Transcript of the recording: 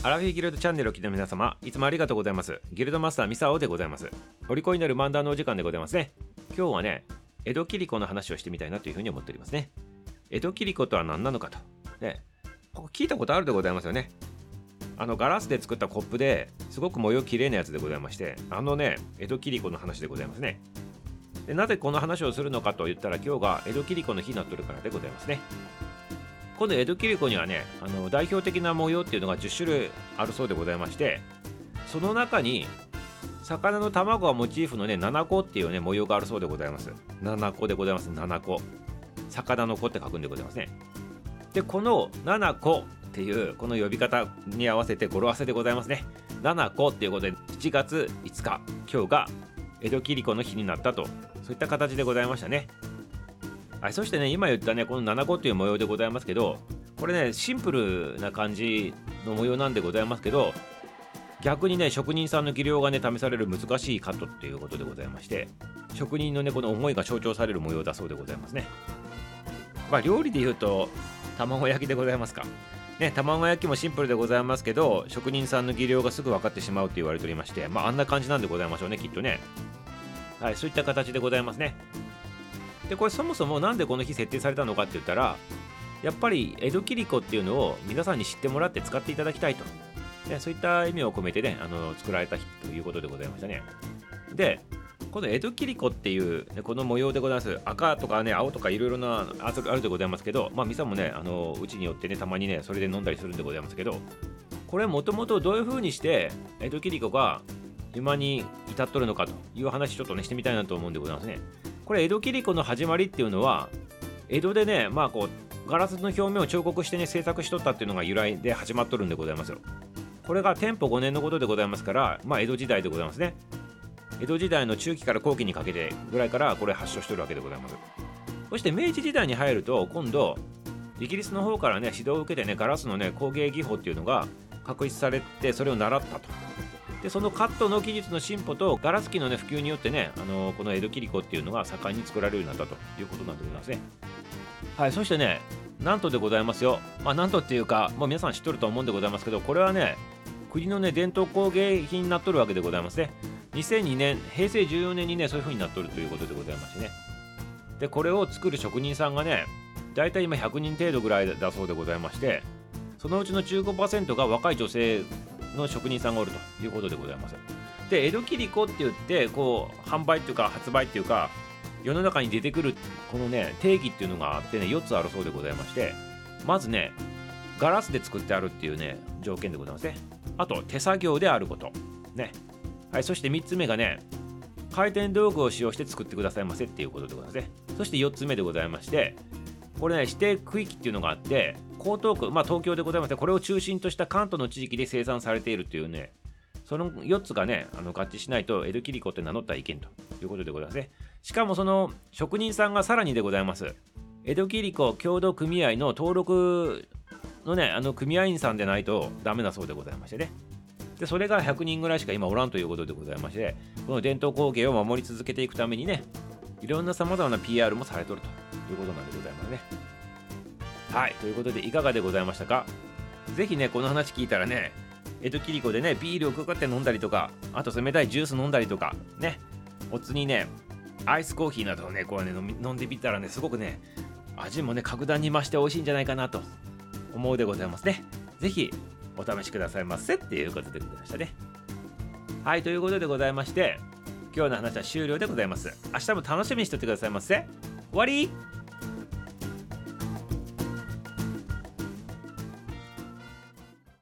アラフィギルドチャンネルを聞いた皆様、いつもありがとうございます。ギルドマスターミサオでございます。お利口になる漫談のお時間でございますね。今日はね、江戸切子の話をしてみたいなというふうに思っておりますね。江戸切子とは何なのかと。ね、ここ聞いたことあるでございますよね。ガラスで作ったコップですごく模様綺麗なやつでございまして、江戸切子の話でございますね。でなぜこの話をするのかと言ったら、今日が江戸切子の日になっとるからでございますね。この江戸切子にはね、代表的な模様っていうのが10種類あるそうでございまして、その中に魚の卵がモチーフのね、七子っていうね模様があるそうでございます。七子でございます。七子、魚の子って書くんでございますね。でこの七子っていうこの呼び方に合わせて語呂合わせでございますね。七子っていうことで7月5日、今日が江戸切子の日になったと、そういった形でございましたね。はい、そしてね、今言ったねこの七子という模様でございますけど、これねシンプルな感じの模様なんでございますけど、逆にね職人さんの技量がね試される難しいカットっていうことでございまして、職人のねこの思いが象徴される模様だそうでございますね。料理で言うと卵焼きでございますかね。卵焼きもシンプルでございますけど、職人さんの技量がすぐ分かってしまうと言われておりまして、あんな感じなんでございましょうね、きっとね。はい、そういった形でございますね。でこれそもそもなんでこの日設定されたのかって言ったら、やっぱり江戸切子っていうのを皆さんに知ってもらって使っていただきたいと、ね、そういった意味を込めてね作られた日ということでございましたね。でこの江戸切子っていう、ね、この模様でございます。赤とかね青とかいろいろなあるでございますけど、ミサもねうちによってねたまにねそれで飲んだりするんでございますけど、これもともとどういう風にして江戸切子が今に至っとるのかという話ちょっとねしてみたいなと思うんでございますね。これ江戸切子の始まりっていうのは、江戸でねガラスの表面を彫刻してね制作しとったっていうのが由来で始まっとるんでございますよ。これが天保5年のことでございますから、江戸時代でございますね。江戸時代の中期から後期にかけてぐらいからこれ発祥してるわけでございます。そして明治時代に入ると、今度イギリスの方からね指導を受けてねガラスのね工芸技法っていうのが確立されて、それを習ったと。でそのカットの技術の進歩とガラス機のね普及によってねこの江戸切子っていうのが盛んに作られるようになったということなんでございますね。はい、そしてねなんとでございますよ。なんとっていうか皆さん知っとると思うんでございますけど、これはね国のね伝統工芸品になっとるわけでございますね。2002年平成14年にねそういう風になっとるということでございましてね。でこれを作る職人さんがねだいたい今100人程度ぐらいだそうでございまして、そのうちの 15% が若い女性の職人さんがおるということでございます。で江戸切子って言って販売っていうか発売っていうか世の中に出てくるこのね定義っていうのがあってね4つあるそうでございまして、まずねガラスで作ってあるっていうね条件でございますね。あと手作業であることね。はい、そして3つ目がね回転道具を使用して作ってくださいませっていうことでございますね。そして4つ目でございまして、これね指定区域っていうのがあって、江東区東京でございまして、これを中心とした関東の地域で生産されているというね、その4つがね合致しないと江戸切子って名乗ったらいけんということでございますね。しかもその職人さんがさらにでございます、江戸切子協同組合の登録のね組合員さんでないとダメだそうでございましてね。でそれが100人ぐらいしか今おらんということでございまして、この伝統工芸を守り続けていくためにね、いろんな様々な PR もされとるということなんでございますね。はい、ということでいかがでございましたか。ぜひねこの話聞いたらね、江戸切子でねビールをくくって飲んだりとか、あと冷たいジュース飲んだりとかね、おつにねアイスコーヒーなどをね飲んでみたらね、すごくね味もね格段に増して美味しいんじゃないかなと思うでございますね。ぜひお試しくださいませっていうことでございましたね。はい、ということでございまして、今日の話は終了でございます。明日も楽しみにしておいてくださいませ。終わり。